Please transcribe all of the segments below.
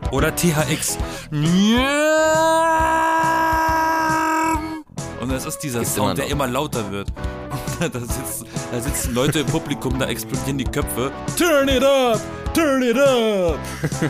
Oder THX. Und es ist dieser Sound, der immer lauter wird. Und da sitzen Leute im Publikum, da explodieren die Köpfe. Turn it up! Turn it up!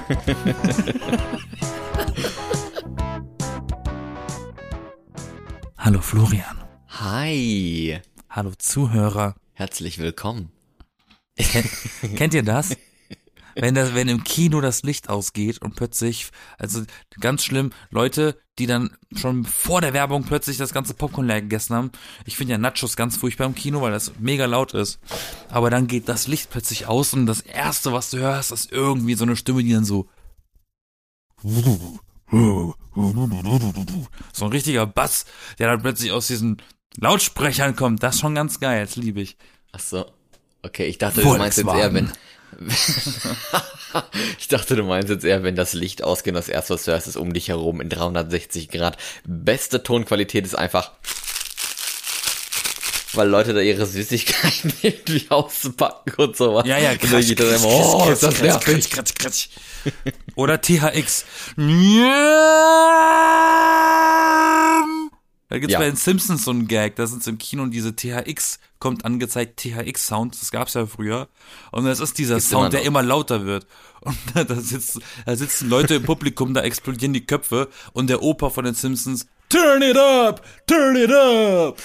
Hallo Florian. Hi. Hallo Zuhörer. Herzlich willkommen. Kennt ihr das? Wenn im Kino das Licht ausgeht und plötzlich, also ganz schlimm, Leute, die dann schon vor der Werbung plötzlich das ganze Popcorn leer gegessen haben. Ich finde ja Nachos ganz furchtbar im Kino, weil das mega laut ist. Aber dann geht das Licht plötzlich aus und das Erste, was du hörst, ist irgendwie so eine Stimme, die dann so ein richtiger Bass, der dann plötzlich aus diesen Lautsprechern kommt. Das ist schon ganz geil, das liebe ich. Ach so. Okay, ich dachte, du meinst jetzt eher, wenn das Licht ausgeht und das erste, was du hörst, ist um dich herum in 360 Grad. Beste Tonqualität ist einfach, weil Leute da ihre Süßigkeiten irgendwie auspacken und sowas. Ja, kratsch, ist das nervig. Kratsch. Oder THX. Da gibt's bei den Simpsons so einen Gag, da sind sie im Kino und diese THX kommt angezeigt, THX-Sound, das gab's ja früher. Und das ist dieser Sound, der immer lauter wird. Und da sitzen Leute im Publikum, da explodieren die Köpfe und der Opa von den Simpsons, turn it up, turn it up.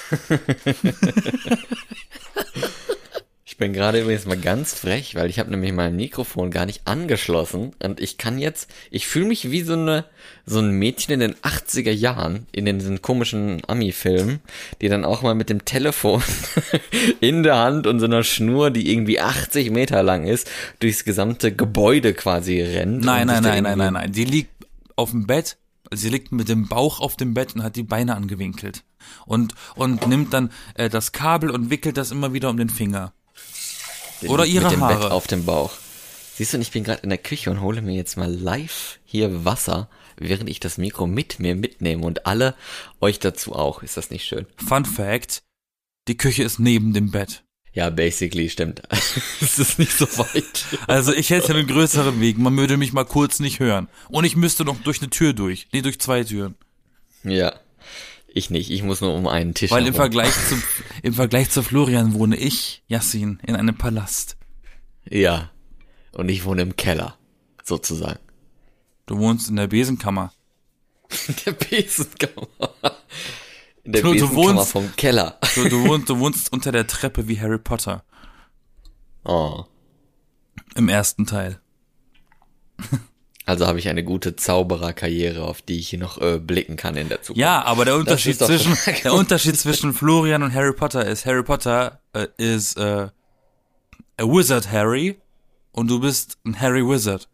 Ich bin gerade übrigens mal ganz frech, weil ich habe nämlich mein Mikrofon gar nicht angeschlossen und ich fühle mich wie so ein Mädchen in den 80er Jahren, in diesen komischen Ami-Filmen, die dann auch mal mit dem Telefon in der Hand und so einer Schnur, die irgendwie 80 Meter lang ist, durchs gesamte Gebäude quasi rennt. Nein. Die liegt auf dem Bett, sie liegt mit dem Bauch auf dem Bett und hat die Beine angewinkelt und nimmt dann das Kabel und wickelt das immer wieder um den Finger. Oder ihre mit dem Haare. Bett auf dem Bauch. Siehst du, ich bin gerade in der Küche und hole mir jetzt mal live hier Wasser, während ich das Mikro mit mir mitnehme und alle euch dazu auch. Ist das nicht schön? Fun Fact, die Küche ist neben dem Bett. Ja, basically, stimmt. Es ist nicht so weit. Also ich hätte einen größeren Weg, man würde mich mal kurz nicht hören. Und ich müsste noch durch eine Tür durch. Nee, durch 2 Türen. Ja, ich nicht. Ich muss nur um einen Tisch Weil herum. im Vergleich zu Florian wohne ich, Yassin, in einem Palast. Ja, und ich wohne im Keller, sozusagen. Du wohnst in der Besenkammer. In der Besenkammer. In der Besenkammer vom Keller. Du wohnst unter der Treppe wie Harry Potter. Oh. Im ersten Teil. Also habe ich eine gute Zaubererkarriere, auf die ich hier noch blicken kann in der Zukunft. Ja, aber der Unterschied zwischen Florian und Harry Potter ist, Harry Potter ist a Wizard Harry und du bist ein Harry Wizard.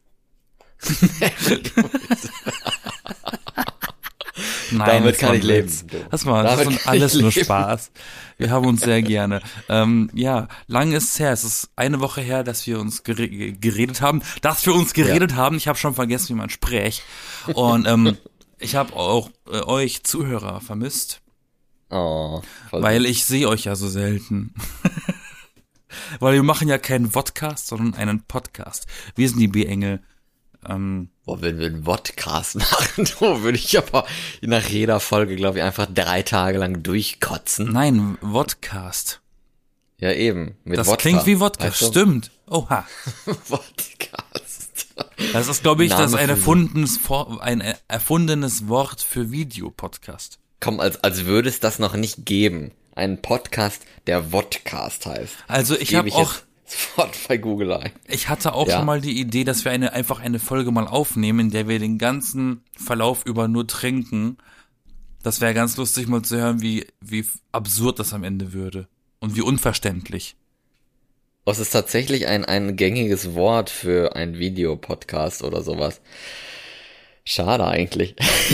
Nein, damit kann ich leben. Das ist alles nur Spaß. Wir haben uns sehr gerne. Ja, lang ist es her. Es ist eine Woche her, dass wir uns geredet haben. Ich habe schon vergessen, wie man spricht. Und ich habe auch euch Zuhörer vermisst. Oh, weil ich sehe euch ja so selten. Weil wir machen ja keinen Vodcast, sondern einen Podcast. Wir sind die B-Engel. Wenn wir einen Vodcast machen, würde ich aber nach jeder Folge, glaube ich, einfach 3 Tage lang durchkotzen. Nein, Vodcast. Ja, eben. Mit das Wodka. Klingt wie Wodka, weißt du? Stimmt. Oha. Vodcast. Das ist, glaube ich, ein Name erfundenes Wort für Videopodcast. Komm, als würde es das noch nicht geben. Ein Podcast, der Vodcast heißt. Also ich habe auch sofort bei Google ein. Ich hatte auch schon mal die Idee, dass wir einfach eine Folge mal aufnehmen, in der wir den ganzen Verlauf über nur trinken. Das wäre ganz lustig mal zu hören, wie absurd das am Ende würde. Und wie unverständlich. Es ist tatsächlich ein gängiges Wort für ein Videopodcast oder sowas. Schade eigentlich.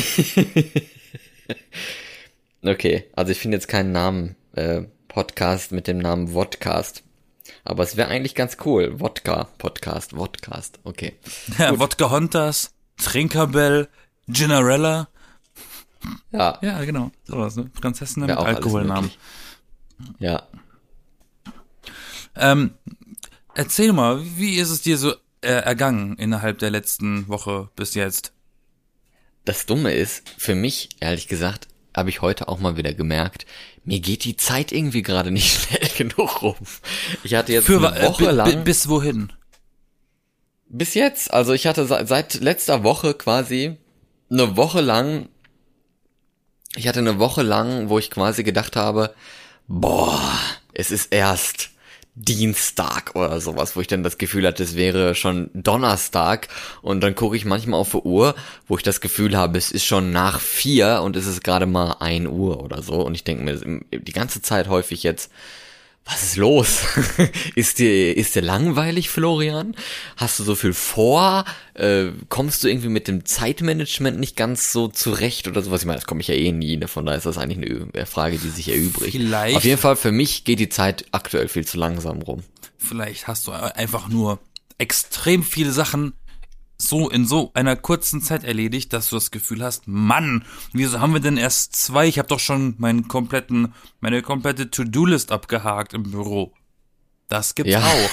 Okay, also ich finde jetzt keinen Namen, Podcast mit dem Namen Vodcast. Aber es wäre eigentlich ganz cool. Vodcast, okay. Ja, Wodka Hontas, Trinkerbell, Ginarella. Ja. Ja, genau. Sowas, ne? Prinzessinnen mit Alkoholnamen. Ja. Erzähl mal, wie ist es dir so ergangen innerhalb der letzten Woche bis jetzt? Das Dumme ist, für mich, ehrlich gesagt, habe ich heute auch mal wieder gemerkt, mir geht die Zeit irgendwie gerade nicht schnell genug rum. Ich hatte jetzt eine Woche lang... Bis wohin? Bis jetzt, also ich hatte seit letzter Woche quasi eine Woche lang, wo ich quasi gedacht habe, boah, es ist erst Dienstag oder sowas, wo ich dann das Gefühl hatte, es wäre schon Donnerstag, und dann gucke ich manchmal auf die Uhr, wo ich das Gefühl habe, es ist schon nach 4 und es ist gerade mal 1 Uhr oder so, und ich denke mir die ganze Zeit häufig jetzt, was ist los? Ist dir langweilig, Florian? Hast du so viel vor? Kommst du irgendwie mit dem Zeitmanagement nicht ganz so zurecht oder sowas? Ich meine, das komme ich ja eh nie, ne? Von daher ist das eigentlich eine Frage, die sich erübrigt. Vielleicht. Auf jeden Fall, für mich geht die Zeit aktuell viel zu langsam rum. Vielleicht hast du einfach nur extrem viele Sachen in so einer kurzen Zeit erledigt, dass du das Gefühl hast, Mann, wieso haben wir denn erst 2? Ich habe doch schon meine komplette To-Do-List abgehakt im Büro. Das gibt's auch.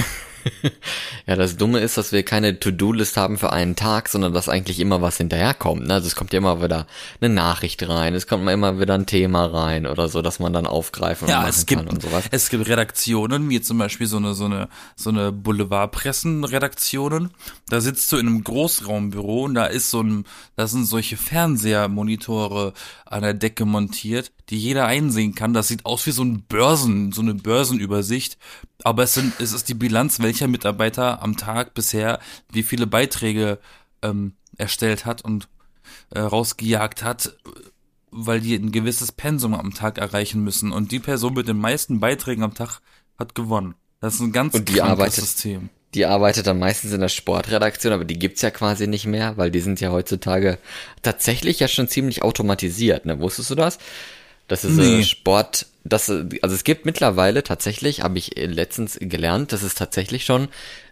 Ja, das Dumme ist, dass wir keine To-Do-List haben für einen Tag, sondern dass eigentlich immer was hinterherkommt. Ne? Also es kommt ja immer wieder eine Nachricht rein, es kommt immer wieder ein Thema rein oder so, dass man dann aufgreifen und machen kann und sowas. Es gibt Redaktionen, wie zum Beispiel so eine Boulevardpressen-Redaktionen. Da sitzt du in einem Großraumbüro und da sind solche Fernsehermonitore an der Decke montiert, die jeder einsehen kann. Das sieht aus wie so eine Börsenübersicht. Aber es ist die Bilanz, welcher Mitarbeiter am Tag bisher wie viele Beiträge erstellt hat und rausgejagt hat, weil die ein gewisses Pensum am Tag erreichen müssen. Und die Person mit den meisten Beiträgen am Tag hat gewonnen. Das ist ein ganz krankes System. Die arbeitet dann meistens in der Sportredaktion, aber die gibt's ja quasi nicht mehr, weil die sind ja heutzutage tatsächlich ja schon ziemlich automatisiert. Ne? Wusstest du das? Das ist also es gibt mittlerweile tatsächlich, habe ich letztens gelernt, dass es tatsächlich schon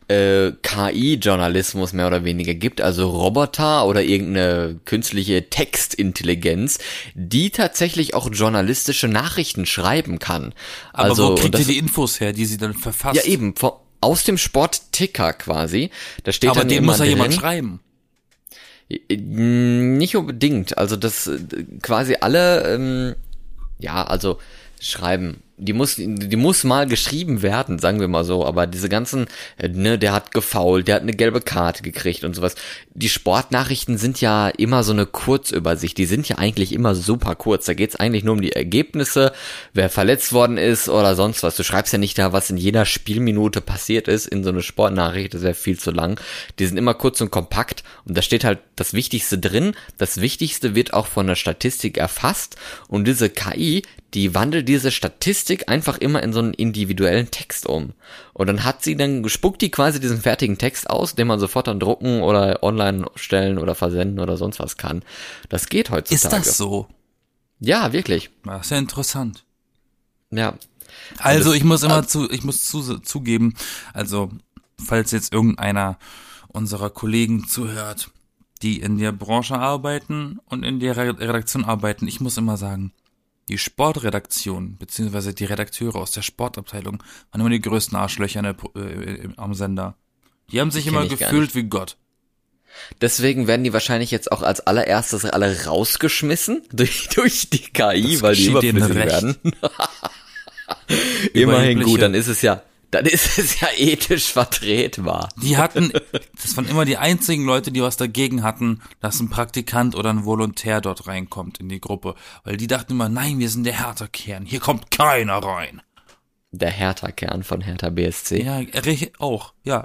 KI-Journalismus mehr oder weniger gibt, also Roboter oder irgendeine künstliche Textintelligenz, die tatsächlich auch journalistische Nachrichten schreiben kann. Aber wo kriegt ihr die Infos her, die sie dann verfasst? Ja eben, aus dem Sportticker quasi. Da steht aber dann den immer muss ja drin, jemand schreiben. Nicht unbedingt, also das quasi alle, also schreiben. Die muss mal geschrieben werden, sagen wir mal so, aber diese ganzen, der hat gefoult, der hat eine gelbe Karte gekriegt und sowas. Die Sportnachrichten sind ja immer so eine Kurzübersicht, die sind ja eigentlich immer super kurz. Da geht's eigentlich nur um die Ergebnisse, wer verletzt worden ist oder sonst was. Du schreibst ja nicht da, was in jeder Spielminute passiert ist in so eine Sportnachricht, das wäre viel zu lang. Die sind immer kurz und kompakt und da steht halt das Wichtigste drin. Das Wichtigste wird auch von der Statistik erfasst und diese KI, die wandelt diese Statistik einfach immer in so einen individuellen Text um. Und dann spuckt die quasi diesen fertigen Text aus, den man sofort dann drucken oder online stellen oder versenden oder sonst was kann. Das geht heutzutage. Ist das so? Ja, wirklich. Das ist ja interessant. Ja. Also ich muss zugeben, also falls jetzt irgendeiner unserer Kollegen zuhört, die in der Branche arbeiten und in der Redaktion arbeiten, ich muss immer sagen, die Sportredaktion, beziehungsweise die Redakteure aus der Sportabteilung, waren immer die größten Arschlöcher am Sender. Die haben sich immer gefühlt wie Gott. Deswegen werden die wahrscheinlich jetzt auch als allererstes alle rausgeschmissen durch die KI, das weil die überflüssig werden. Immerhin gut, dann ist es ja ethisch vertretbar. Das waren immer die einzigen Leute, die was dagegen hatten, dass ein Praktikant oder ein Volontär dort reinkommt in die Gruppe. Weil die dachten immer, nein, wir sind der Hertha-Kern, hier kommt keiner rein. Der Hertha-Kern von Hertha BSC? Ja, auch, ja.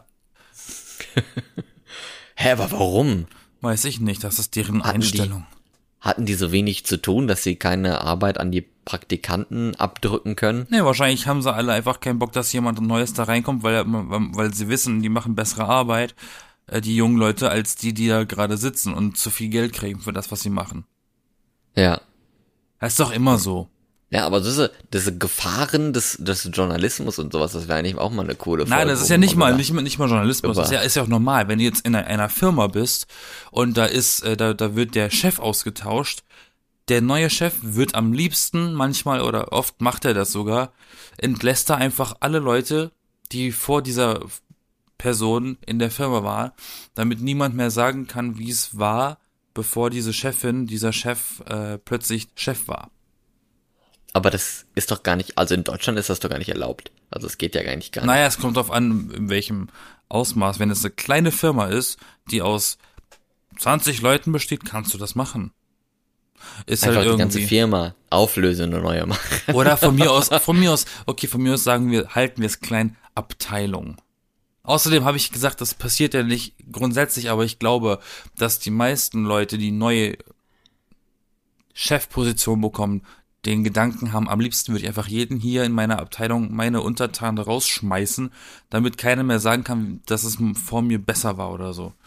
Hä, aber warum? Weiß ich nicht, das ist deren Einstellung. Hatten die so wenig zu tun, dass sie keine Arbeit an die Praktikanten abdrücken können? Nee, wahrscheinlich haben sie alle einfach keinen Bock, dass jemand Neues da reinkommt, weil sie wissen, die machen bessere Arbeit, die jungen Leute, als die da gerade sitzen und zu viel Geld kriegen für das, was sie machen. Ja. Das ist doch immer so. Ja, aber diese Gefahren des Journalismus und sowas, das wäre eigentlich auch mal eine coole Folge. Nein, das ist ja nicht mal Journalismus, das ist ja auch normal, wenn du jetzt in einer Firma bist und da wird der Chef ausgetauscht, der neue Chef wird am liebsten manchmal oder oft macht er das sogar, entlässt er einfach alle Leute, die vor dieser Person in der Firma war, damit niemand mehr sagen kann, wie es war, bevor dieser Chef plötzlich Chef war. Aber das ist doch gar nicht, also in Deutschland ist das doch gar nicht erlaubt. Also es geht ja gar nicht. Naja, es kommt darauf an, in welchem Ausmaß. Wenn es eine kleine Firma ist, die aus 20 Leuten besteht, kannst du das machen. Ist einfach halt die ganze Firma auflösen und neue machen. Oder von mir aus sagen wir, halten wir es klein, Abteilung. Außerdem habe ich gesagt, das passiert ja nicht grundsätzlich, aber ich glaube, dass die meisten Leute, die neue Chefposition bekommen, den Gedanken haben, am liebsten würde ich einfach jeden hier in meiner Abteilung, meine Untertanen rausschmeißen, damit keiner mehr sagen kann, dass es vor mir besser war oder so.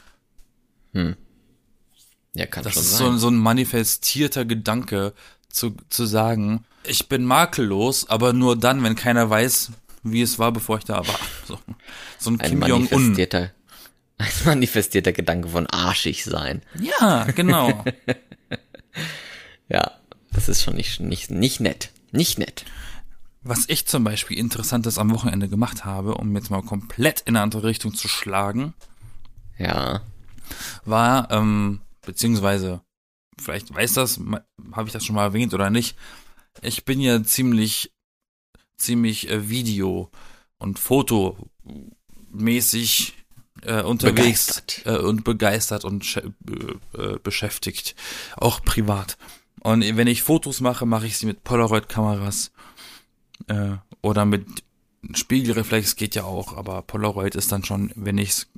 Ja, kann das schon ist sein. so ein manifestierter Gedanke, zu sagen, ich bin makellos, aber nur dann, wenn keiner weiß, wie es war, bevor ich da war. So ein Kim Jong-un. Ein manifestierter Gedanke von arschig sein. Ja, genau. Ja, das ist schon nicht nett. Nicht nett. Was ich zum Beispiel Interessantes am Wochenende gemacht habe, um jetzt mal komplett in eine andere Richtung zu schlagen, ja, war, beziehungsweise, vielleicht habe ich das schon mal erwähnt oder nicht, ich bin ja ziemlich Video- und Fotomäßig unterwegs und begeistert und beschäftigt, auch privat. Und wenn ich Fotos mache, mache ich sie mit Polaroid-Kameras oder mit Spiegelreflex, geht ja auch, aber Polaroid ist dann schon, wenn ich es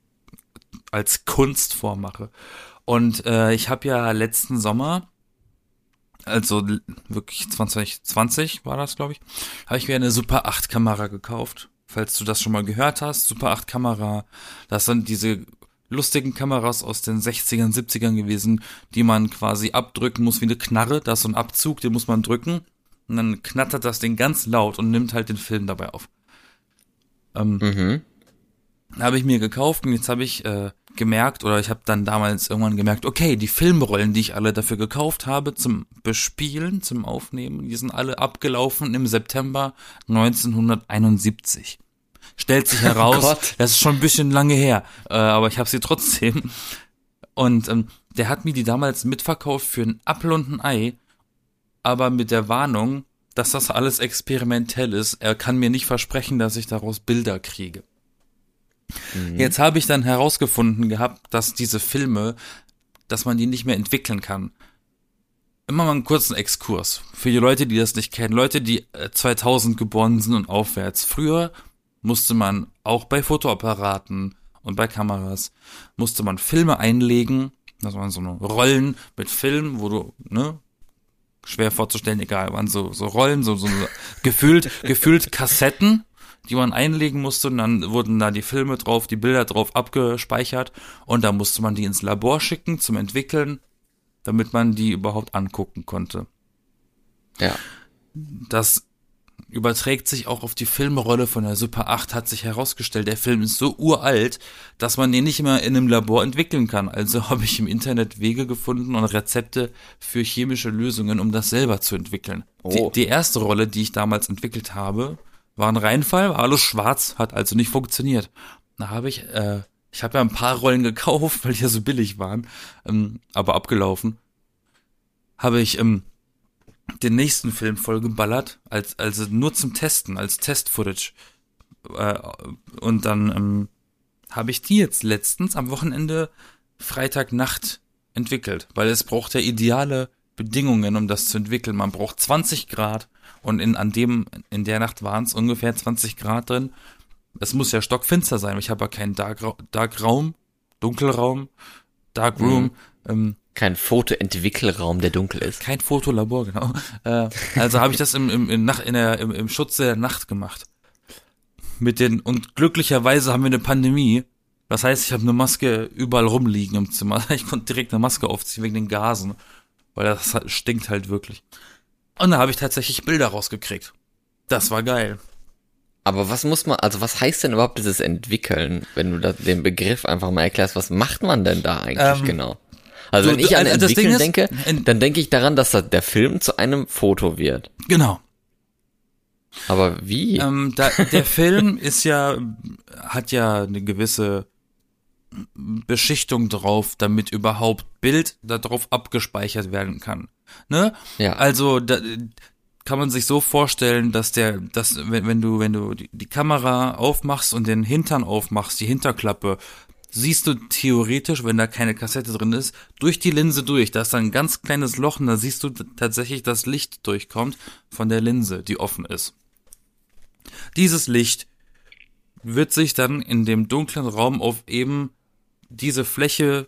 als Kunstform mache. Und ich habe ja letzten Sommer, also wirklich 2020 war das, glaube ich, habe ich mir eine Super 8 Kamera gekauft. Falls du das schon mal gehört hast, Super 8 Kamera, das sind diese lustigen Kameras aus den 60ern, 70ern gewesen, die man quasi abdrücken muss wie eine Knarre. Da ist so ein Abzug, den muss man drücken und dann knattert das Ding ganz laut und nimmt halt den Film dabei auf. Habe ich mir gekauft und jetzt habe ich gemerkt, oder ich habe dann damals irgendwann gemerkt, okay, die Filmrollen, die ich alle dafür gekauft habe zum Bespielen, zum Aufnehmen, die sind alle abgelaufen im September 1971. Stellt sich heraus, das ist schon ein bisschen lange her, aber ich habe sie trotzdem. Und der hat mir die damals mitverkauft für ein Apfel und ein Ei, aber mit der Warnung, dass das alles experimentell ist. Er kann mir nicht versprechen, dass ich daraus Bilder kriege. Jetzt habe ich dann herausgefunden gehabt, dass diese Filme, dass man die nicht mehr entwickeln kann. Immer mal einen kurzen Exkurs. Für die Leute, die das nicht kennen. Leute, die 2000 geboren sind und aufwärts. Früher musste man auch bei Fotoapparaten und bei Kameras, musste man Filme einlegen. Das waren so eine Rollen mit Film, wo du, schwer vorzustellen, egal, waren so Rollen, so gefühlt Kassetten, die man einlegen musste, und dann wurden da die Filme drauf, die Bilder drauf abgespeichert und da musste man die ins Labor schicken zum Entwickeln, damit man die überhaupt angucken konnte. Ja. Das überträgt sich auch auf die Filmrolle von der Super 8, hat sich herausgestellt, der Film ist so uralt, dass man den nicht mehr in einem Labor entwickeln kann. Also habe ich im Internet Wege gefunden und Rezepte für chemische Lösungen, um das selber zu entwickeln. Oh. Die erste Rolle, die ich damals entwickelt habe, war ein Reinfall, war alles schwarz, hat also nicht funktioniert. Da habe ich habe ja ein paar Rollen gekauft, weil die ja so billig waren, aber abgelaufen. Habe ich den nächsten Film vollgeballert, also nur zum Testen, als Test-Footage. Und dann habe ich die jetzt letztens am Wochenende Freitagnacht entwickelt, weil es braucht ja ideale Bedingungen, um das zu entwickeln. Man braucht 20 Grad und in der Nacht waren es ungefähr 20 Grad drin. Es muss ja stockfinster sein. Ich habe ja keinen Darkraum, Dunkelraum, Darkroom. Kein Fotoentwickelraum, der dunkel ist. Kein Fotolabor, genau. Also habe ich das im Schutze der Nacht gemacht. Und glücklicherweise haben wir eine Pandemie. Das heißt, ich habe eine Maske überall rumliegen im Zimmer. Ich konnte direkt eine Maske aufziehen wegen den Gasen. Weil das stinkt halt wirklich. Und da habe ich tatsächlich Bilder rausgekriegt. Das war geil. Aber was heißt denn überhaupt dieses Entwickeln, wenn du den Begriff einfach mal erklärst, was macht man denn da eigentlich genau? Also wenn ich an Entwickeln denke, dann denke ich daran, dass der Film zu einem Foto wird. Genau. Aber wie? Der Film hat ja eine gewisse Beschichtung drauf, damit überhaupt Bild darauf abgespeichert werden kann. Ne? Ja. Also da kann man sich so vorstellen, dass wenn du die Kamera aufmachst und den Hintern aufmachst, die Hinterklappe, siehst du theoretisch, wenn da keine Kassette drin ist, durch die Linse durch. Da ist dann ein ganz kleines Loch und da siehst du tatsächlich, dass Licht durchkommt von der Linse, die offen ist. Dieses Licht wird sich dann in dem dunklen Raum auf eben diese Fläche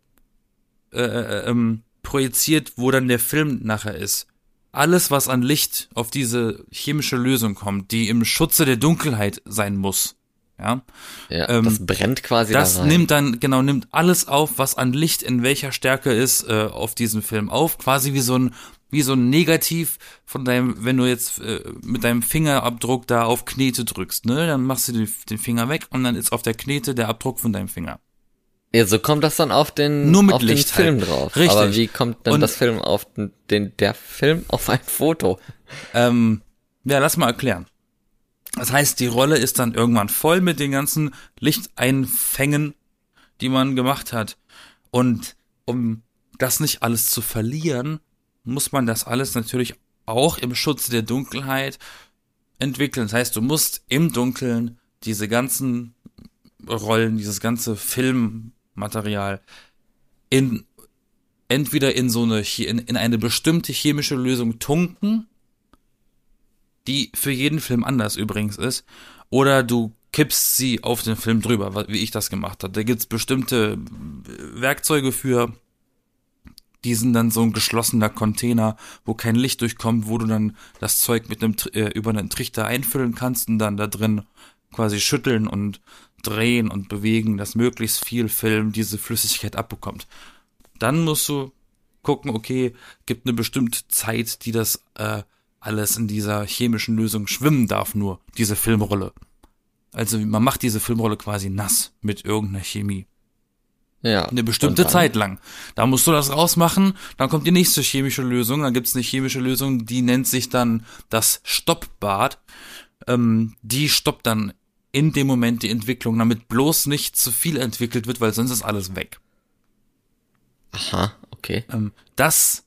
projiziert, wo dann der Film nachher ist. Alles, was an Licht auf diese chemische Lösung kommt, die im Schutze der Dunkelheit sein muss, ja, das brennt quasi das da rein. nimmt alles auf, was an Licht in welcher Stärke ist, auf diesen Film auf, quasi wie so ein Negativ von wenn du jetzt mit deinem Fingerabdruck da auf Knete drückst, ne, dann machst du den Finger weg und dann ist auf der Knete der Abdruck von deinem Finger. Ja, so kommt das dann auf den Licht Film halt drauf. Richtig. Aber wie kommt dann das Film auf der Film auf ein Foto? Ja, lass mal erklären. Das heißt, die Rolle ist dann irgendwann voll mit den ganzen Lichteinfängen, die man gemacht hat. Und um das nicht alles zu verlieren, muss man das alles natürlich auch im Schutze der Dunkelheit entwickeln. Das heißt, du musst im Dunkeln diese ganzen Rollen, dieses ganze Filmmaterial entweder in eine bestimmte chemische Lösung tunken, die für jeden Film anders übrigens ist, oder du kippst sie auf den Film drüber, wie ich das gemacht habe. Da gibt's bestimmte Werkzeuge für, die sind dann so ein geschlossener Container, wo kein Licht durchkommt, wo du dann das Zeug mit über einen Trichter einfüllen kannst und dann da drin quasi schütteln und drehen und bewegen, dass möglichst viel Film diese Flüssigkeit abbekommt. Dann musst du gucken, okay, gibt eine bestimmte Zeit, die das alles in dieser chemischen Lösung schwimmen darf, nur diese Filmrolle. Also man macht diese Filmrolle quasi nass mit irgendeiner Chemie. Ja. Eine bestimmte Zeit lang. Da musst du das rausmachen, dann kommt die nächste chemische Lösung, dann gibt's eine chemische Lösung, die nennt sich dann das Stoppbad. Die stoppt dann in dem Moment die Entwicklung, damit bloß nicht zu viel entwickelt wird, weil sonst ist alles weg. Aha, okay. Das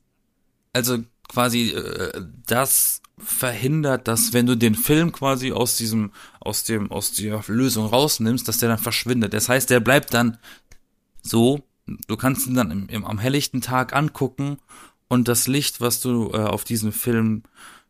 verhindert, dass wenn du den Film quasi aus der Lösung rausnimmst, dass der dann verschwindet. Das heißt, der bleibt dann so, du kannst ihn dann am helllichten Tag angucken und das Licht, was du auf diesen Film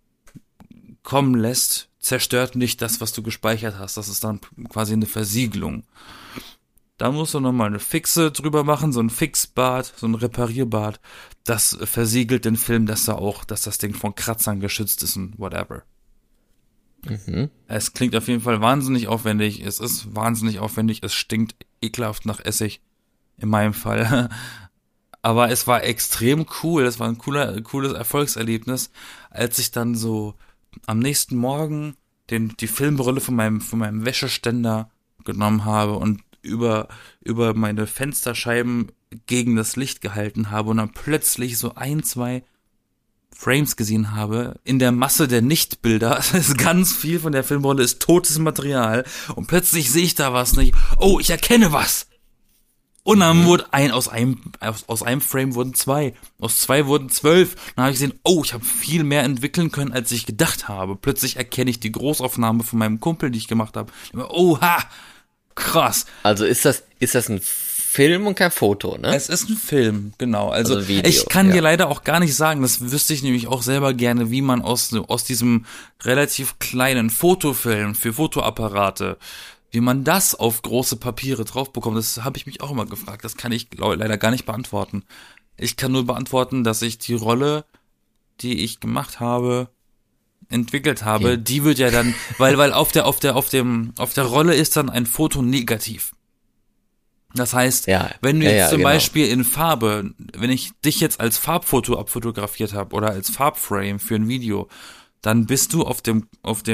kommen lässt, zerstört nicht das, was du gespeichert hast. Das ist dann quasi eine Versiegelung. Da musst du nochmal eine Fixe drüber machen, so ein Fixbad, so ein Reparierbad. Das versiegelt den Film, dass das Ding von Kratzern geschützt ist und whatever. Mhm. Es klingt auf jeden Fall wahnsinnig aufwendig. Es ist wahnsinnig aufwendig. Es stinkt ekelhaft nach Essig. In meinem Fall. Aber es war extrem cool. Es war ein cooles Erfolgserlebnis, als ich dann so am nächsten Morgen die Filmbrille von meinem Wäscheständer genommen habe und über meine Fensterscheiben gegen das Licht gehalten habe und dann plötzlich so 1-2 Frames gesehen habe, in der Masse der Nichtbilder, ist ganz viel von der Filmrolle ist totes Material und plötzlich sehe ich da was nicht. Oh, ich erkenne was! Und dann wurde aus einem Frame wurden 2, aus 2 wurden 12. Dann habe ich gesehen, oh, ich habe viel mehr entwickeln können, als ich gedacht habe. Plötzlich erkenne ich die Großaufnahme von meinem Kumpel, die ich gemacht habe. Oha, krass. Also ist das ein Film und kein Foto, ne? Es ist ein Film, genau. Also Video, ich kann dir leider auch gar nicht sagen, das wüsste ich nämlich auch selber gerne, wie man aus diesem relativ kleinen Fotofilm für Fotoapparate, wie man das auf große Papiere drauf bekommt. Das habe ich mich auch immer gefragt. Das kann ich leider gar nicht beantworten. Ich kann nur beantworten, dass ich die Rolle, die ich gemacht habe, entwickelt habe, Okay. Die wird ja dann, weil auf der Rolle ist dann ein Foto negativ. Das heißt, wenn du jetzt zum Beispiel in Farbe, wenn ich dich jetzt als Farbfoto abfotografiert habe oder als Farbframe für ein Video, dann bist du auf der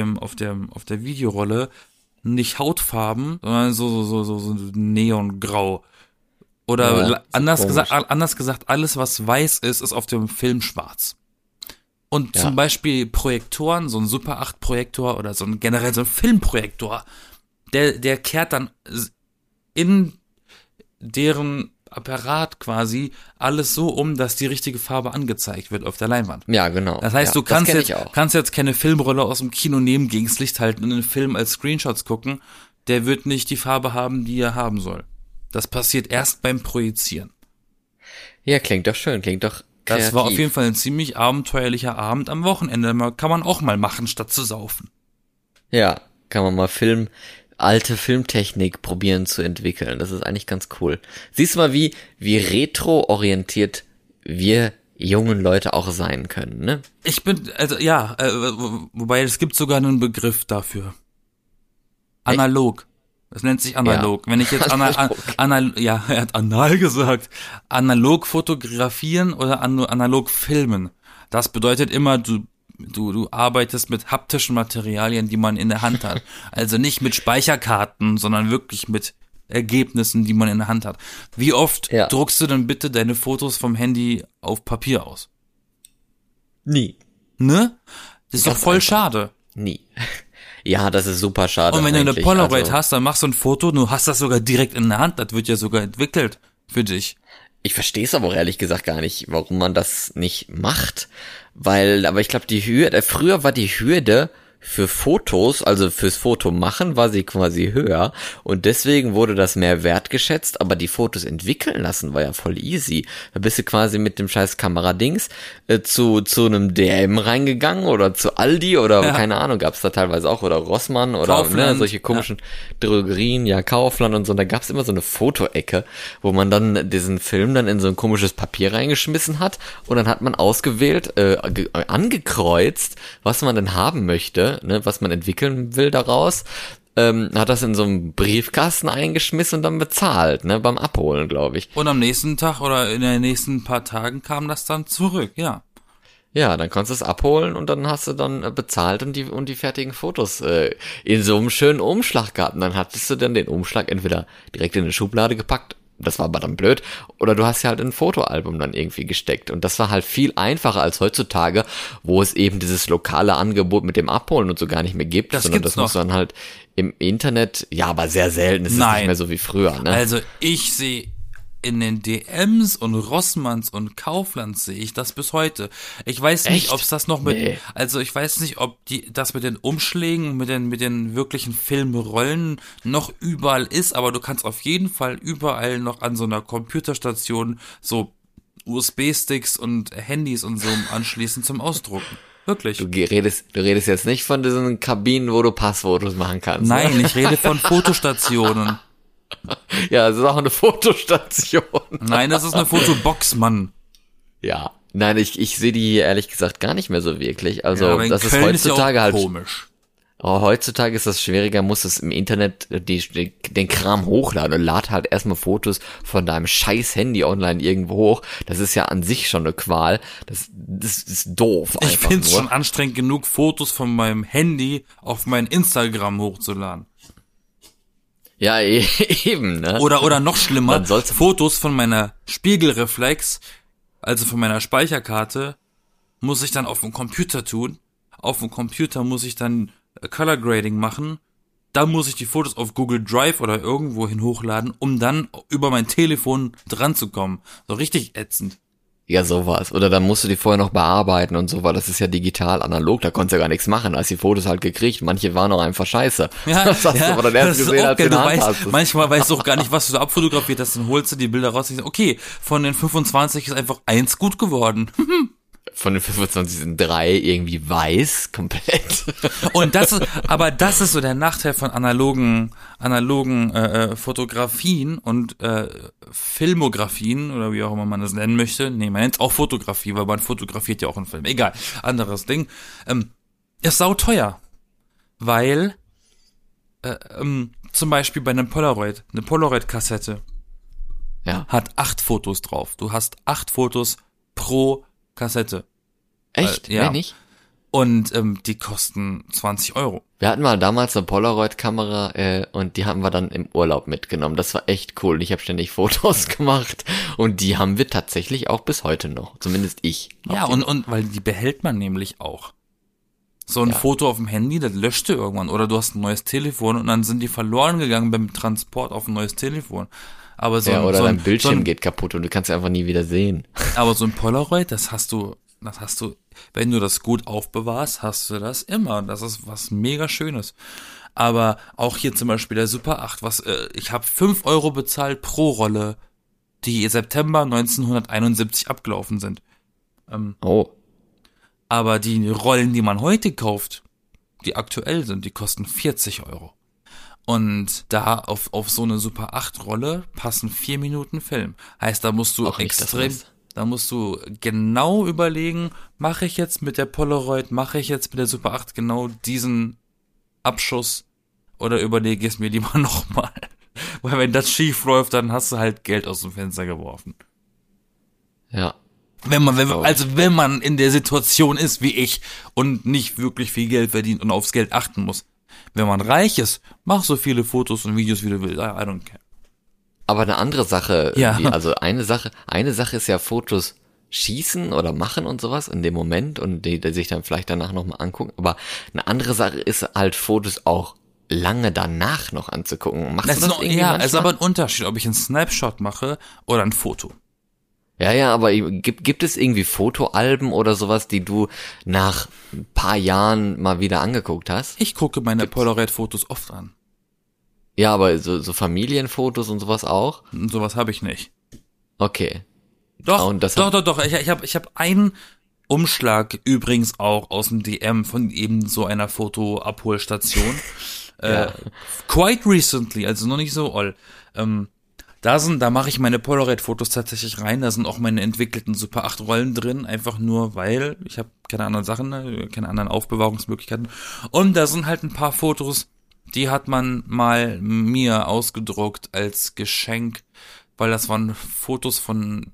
Videorolle nicht Hautfarben, sondern so Neongrau. Oder anders gesagt, alles was weiß ist auf dem Film schwarz. Und zum Beispiel Projektoren, so ein Super 8 Projektor oder generell so ein Filmprojektor, der kehrt dann in deren Apparat quasi alles so um, dass die richtige Farbe angezeigt wird auf der Leinwand. Ja, genau. Das heißt, du kannst jetzt keine Filmrolle aus dem Kino nehmen, gegens Licht halten und den Film als Screenshots gucken. Der wird nicht die Farbe haben, die er haben soll. Das passiert erst beim Projizieren. Ja, klingt doch schön, klingt doch kreativ. Das war auf jeden Fall ein ziemlich abenteuerlicher Abend am Wochenende. Kann man auch mal machen, statt zu saufen. Ja, kann man mal alte Filmtechnik probieren zu entwickeln. Das ist eigentlich ganz cool. Siehst du mal, wie retro-orientiert wir jungen Leute auch sein können, ne? Wobei es gibt sogar einen Begriff dafür. Analog. Das nennt sich analog. Ja. Wenn ich jetzt er hat anal gesagt. Analog fotografieren oder analog filmen. Das bedeutet immer, du arbeitest mit haptischen Materialien, die man in der Hand hat. Also nicht mit Speicherkarten, sondern wirklich mit Ergebnissen, die man in der Hand hat. Wie oft druckst du denn bitte deine Fotos vom Handy auf Papier aus? Nie. Ne? Das ist doch voll schade. Nie. Ja, das ist super schade. Und wenn du eine Polaroid hast, dann machst du ein Foto, du hast das sogar direkt in der Hand, das wird ja sogar entwickelt für dich. Ich verstehe es aber auch ehrlich gesagt gar nicht, warum man das nicht macht, aber ich glaube, früher war die Hürde für Fotos, also fürs Fotomachen war sie quasi höher und deswegen wurde das mehr wertgeschätzt, aber die Fotos entwickeln lassen war ja voll easy. Da bist du quasi mit dem scheiß Kameradings zu einem DM reingegangen oder zu Aldi oder keine Ahnung, gab's da teilweise auch oder Rossmann oder Kaufland, solche komischen Drogerien, Kaufland und so, und da gab's immer so eine Fotoecke, wo man dann diesen Film dann in so ein komisches Papier reingeschmissen hat und dann hat man ausgewählt, angekreuzt, was man denn haben möchte, was man entwickeln will daraus, hat das in so einen Briefkasten eingeschmissen und dann bezahlt, beim Abholen, glaube ich. Und am nächsten Tag oder in den nächsten paar Tagen kam das dann zurück, ja. Ja, dann konntest du es abholen und dann hast du dann bezahlt und die fertigen Fotos in so einem schönen Umschlag gehabt. Und dann hattest du dann den Umschlag entweder direkt in eine Schublade gepackt, das war aber dann blöd, oder du hast ja halt in ein Fotoalbum dann irgendwie gesteckt. Und das war halt viel einfacher als heutzutage, wo es eben dieses lokale Angebot mit dem Abholen und so gar nicht mehr gibt, sondern das muss dann halt im Internet, aber sehr selten, es ist nicht mehr so wie früher. Ne? Also ich sehe in den DMs und Rossmanns und Kauflands sehe ich das bis heute. Ich weiß nicht, ob es das noch ich weiß nicht, ob das mit den Umschlägen, mit den wirklichen Filmrollen noch überall ist, aber du kannst auf jeden Fall überall noch an so einer Computerstation so USB-Sticks und Handys und so anschließen zum Ausdrucken. Wirklich. Du redest jetzt nicht von diesen Kabinen, wo du Passfotos machen kannst. Nein, ich rede von Fotostationen. Ja, es ist auch eine Fotostation. Nein, das ist eine Fotobox, Mann. Ja, nein, ich sehe die hier ehrlich gesagt gar nicht mehr so wirklich. Also ja, das Köln ist heutzutage ist ja auch halt komisch. Aber heutzutage ist das schwieriger, muss es im Internet den Kram hochladen und lad halt erstmal Fotos von deinem scheiß Handy online irgendwo hoch. Das ist ja an sich schon eine Qual. Das ist doof. Ich finde es schon anstrengend genug, Fotos von meinem Handy auf mein Instagram hochzuladen. Ja, eben, ne? Oder noch schlimmer, Fotos von meiner Spiegelreflex, also von meiner Speicherkarte, muss ich dann auf dem Computer tun. Auf dem Computer muss ich dann Color Grading machen. Dann muss ich die Fotos auf Google Drive oder irgendwo hin hochladen, um dann über mein Telefon dran zu kommen. So richtig ätzend. Ja, sowas. Oder dann musst du die vorher noch bearbeiten und so, weil das ist ja digital, analog, da konntest du ja gar nichts machen. Da hast die Fotos halt gekriegt, manche waren auch einfach scheiße. Ja, das hast du aber dann erst gesehen, als du in der Hand hast. Manchmal weißt du auch gar nicht, was du da abfotografiert hast, dann holst du die Bilder raus und sagst, okay, von den 25 ist einfach 1 gut geworden. Von den 25 sind 3 irgendwie weiß, komplett. Und das ist so der Nachteil von analogen Fotografien und Filmografien oder wie auch immer man das nennen möchte. Nee, man nennt es auch Fotografie, weil man fotografiert ja auch einen Film. Egal, anderes Ding. Ist sauteuer, weil zum Beispiel bei einem Polaroid, eine Polaroid-Kassette hat 8 Fotos drauf. Du hast 8 Fotos pro Kassette. Echt? Ja. Wenn nicht? Und die kosten 20 Euro. Wir hatten mal damals eine Polaroid-Kamera und die haben wir dann im Urlaub mitgenommen. Das war echt cool. Ich habe ständig Fotos gemacht und die haben wir tatsächlich auch bis heute noch. Zumindest ich. Ja, und weil die behält man nämlich auch. So ein Foto auf dem Handy, das löscht du irgendwann. Oder du hast ein neues Telefon und dann sind die verloren gegangen beim Transport auf ein neues Telefon. Aber dein Bildschirm geht kaputt und du kannst es einfach nie wieder sehen. Aber so ein Polaroid, das hast du, wenn du das gut aufbewahrst, hast du das immer. Das ist was mega Schönes. Aber auch hier zum Beispiel der Super 8, ich habe 5 Euro bezahlt pro Rolle, die September 1971 abgelaufen sind. Aber die Rollen, die man heute kauft, die aktuell sind, die kosten 40 Euro. Und da auf so eine Super 8 Rolle passen 4 Minuten Film. Heißt, da musst du da musst du genau überlegen, mache ich jetzt mit der Polaroid, mache ich jetzt mit der Super 8 genau diesen Abschuss oder überlege ich es mir lieber nochmal. Weil wenn das schief läuft, dann hast du halt Geld aus dem Fenster geworfen. Ja. Wenn man in der Situation ist wie ich und nicht wirklich viel Geld verdient und aufs Geld achten muss. Wenn man reich ist, mach so viele Fotos und Videos, wie du willst. I don't care. Aber eine andere Sache, eine Sache ist ja Fotos schießen oder machen und sowas in dem Moment und die sich dann vielleicht danach nochmal angucken. Aber eine andere Sache ist halt Fotos auch lange danach noch anzugucken. Machst du das irgendwie manchmal? Es ist aber ein Unterschied, ob ich einen Snapshot mache oder ein Foto. Ja, aber gibt es irgendwie Fotoalben oder sowas, die du nach ein paar Jahren mal wieder angeguckt hast? Ich gucke meine Polaroid-Fotos oft an. Ja, aber so Familienfotos und sowas auch? Und sowas habe ich nicht. Okay. Doch. Ich hab einen Umschlag übrigens auch aus dem DM von eben so einer Fotoabholstation. Quite recently, also noch nicht so all. Da mache ich meine Polaroid-Fotos tatsächlich rein, da sind auch meine entwickelten Super 8 Rollen drin, einfach nur, weil ich habe keine anderen Sachen, keine anderen Aufbewahrungsmöglichkeiten. Und da sind halt ein paar Fotos, die hat man mal mir ausgedruckt als Geschenk, weil das waren Fotos von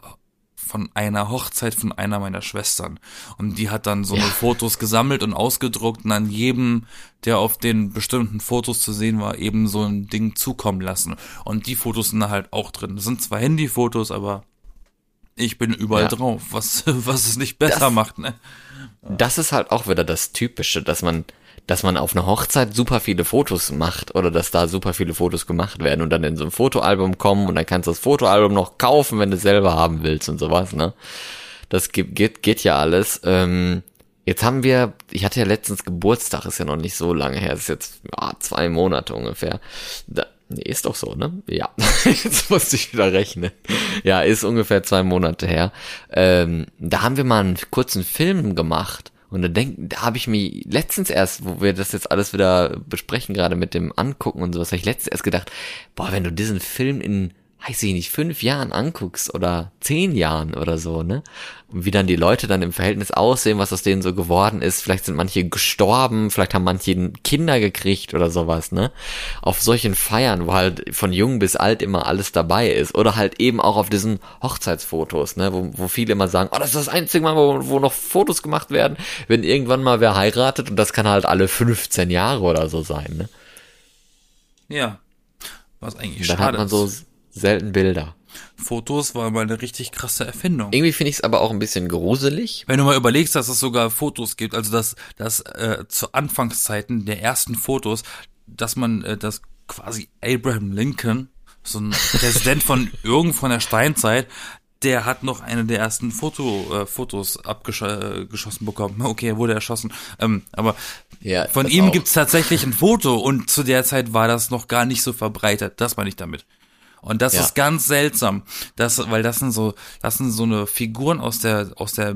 einer Hochzeit von einer meiner Schwestern. Und die hat dann so eine Fotos gesammelt und ausgedruckt und an jedem, der auf den bestimmten Fotos zu sehen war, eben so ein Ding zukommen lassen. Und die Fotos sind da halt auch drin. Das sind zwar Handyfotos, aber ich bin überall drauf, was es nicht besser macht, ne? Das ist halt auch wieder das Typische, dass man auf einer Hochzeit super viele Fotos macht oder dass da super viele Fotos gemacht werden und dann in so ein Fotoalbum kommen und dann kannst du das Fotoalbum noch kaufen, wenn du es selber haben willst und sowas, ne? Das geht ja alles. Ich hatte ja letztens Geburtstag, ist ja noch nicht so lange her, ist jetzt 2 Monate ungefähr. Ist doch so, ne? Ja, jetzt musste ich wieder rechnen. Ja, ist ungefähr 2 Monate her. Da haben wir mal einen kurzen Film gemacht. Und da habe ich mir letztens erst, wo wir das jetzt alles wieder besprechen, gerade mit dem Angucken und sowas, habe ich letztens erst gedacht, wenn du diesen Film in, weiß ich nicht, 5 Jahren anguckst oder 10 Jahren oder so, ne? Und wie dann die Leute dann im Verhältnis aussehen, was aus denen so geworden ist. Vielleicht sind manche gestorben, vielleicht haben manche Kinder gekriegt oder sowas, ne? Auf solchen Feiern, wo halt von jung bis alt immer alles dabei ist. Oder halt eben auch auf diesen Hochzeitsfotos, ne? Wo viele immer sagen, das ist das einzige Mal, wo noch Fotos gemacht werden, wenn irgendwann mal wer heiratet. Und das kann halt alle 15 Jahre oder so sein, ne? Ja. Was eigentlich schade ist. Dann hat man so selten Bilder. Fotos war mal eine richtig krasse Erfindung. Irgendwie finde ich es aber auch ein bisschen gruselig. Wenn du mal überlegst, dass es sogar Fotos gibt, also dass zu Anfangszeiten der ersten Fotos, dass dass quasi Abraham Lincoln, so ein Präsident von der Steinzeit, der hat noch eine der ersten Fotos abgeschossen bekommen. Okay, er wurde erschossen. Aber von ihm gibt's tatsächlich ein Foto und zu der Zeit war das noch gar nicht so verbreitet. Das meine ich damit. Und das ist ganz seltsam, weil das sind so eine Figuren aus der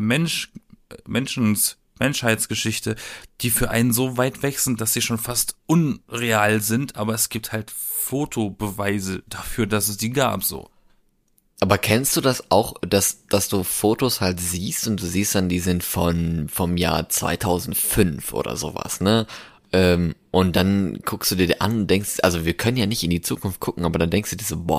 Menschheitsgeschichte, die für einen so weit weg sind, dass sie schon fast unreal sind, aber es gibt halt Fotobeweise dafür, dass es die gab, so. Aber kennst du das auch, dass du Fotos halt siehst und du siehst dann, die sind vom Jahr 2005 oder sowas, ne? Und dann guckst du dir an und denkst, also wir können ja nicht in die Zukunft gucken, aber dann denkst du dir so,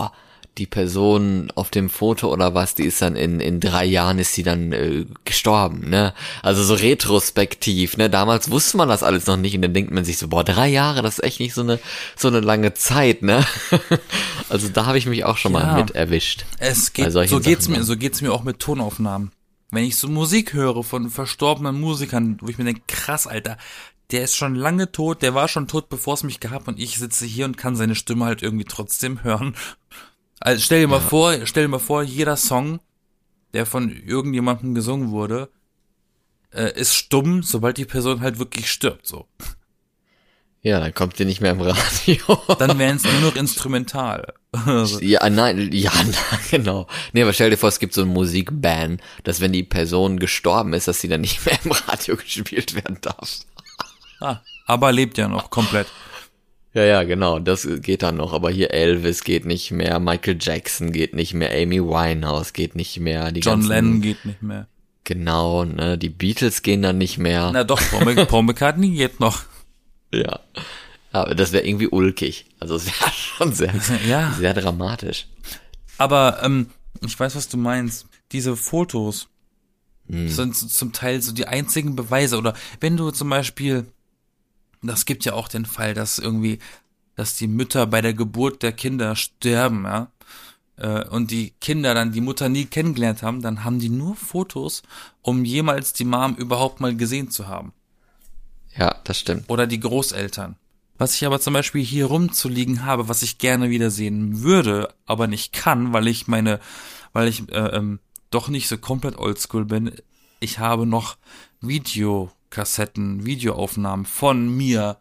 die Person auf dem Foto oder was, die ist dann in 3 Jahren ist sie dann gestorben, ne? Also so retrospektiv, ne? Damals wusste man das alles noch nicht und dann denkt man sich so, boah, 3 Jahre, das ist echt nicht so eine lange Zeit, ne? Also da habe ich mich auch schon mal mit erwischt. So geht's mir auch mit Tonaufnahmen. Wenn ich so Musik höre von verstorbenen Musikern, wo ich mir denke, krass, Alter, der ist schon lange tot, der war schon tot, bevor es mich gab und ich sitze hier und kann seine Stimme halt irgendwie trotzdem hören. Also stell dir mal vor, jeder Song, der von irgendjemandem gesungen wurde, ist stumm, sobald die Person halt wirklich stirbt, so. Ja, dann kommt die nicht mehr im Radio. Dann wären es nur noch instrumental. Nein, genau. Nee, aber stell dir vor, es gibt so einen Musikban, dass wenn die Person gestorben ist, dass sie dann nicht mehr im Radio gespielt werden darf. Aber lebt ja noch komplett. Ja, genau, das geht dann noch. Aber hier Elvis geht nicht mehr, Michael Jackson geht nicht mehr, Amy Winehouse geht nicht mehr. John Lennon geht nicht mehr. Genau, ne, die Beatles gehen dann nicht mehr. Na doch, Paul McCartney geht noch. Ja, aber das wäre irgendwie ulkig. Also es wäre schon sehr dramatisch. Aber ich weiß, was du meinst. Diese Fotos sind zum Teil so die einzigen Beweise. Oder wenn du zum Beispiel, das gibt ja auch den Fall, dass die Mütter bei der Geburt der Kinder sterben, ja. Und die Kinder dann die Mutter nie kennengelernt haben, dann haben die nur Fotos, um jemals die Mom überhaupt mal gesehen zu haben. Ja, das stimmt. Oder die Großeltern. Was ich aber zum Beispiel hier rumzuliegen habe, was ich gerne wiedersehen würde, aber nicht kann, weil ich doch nicht so komplett oldschool bin. Ich habe noch Videokassetten, Videoaufnahmen von mir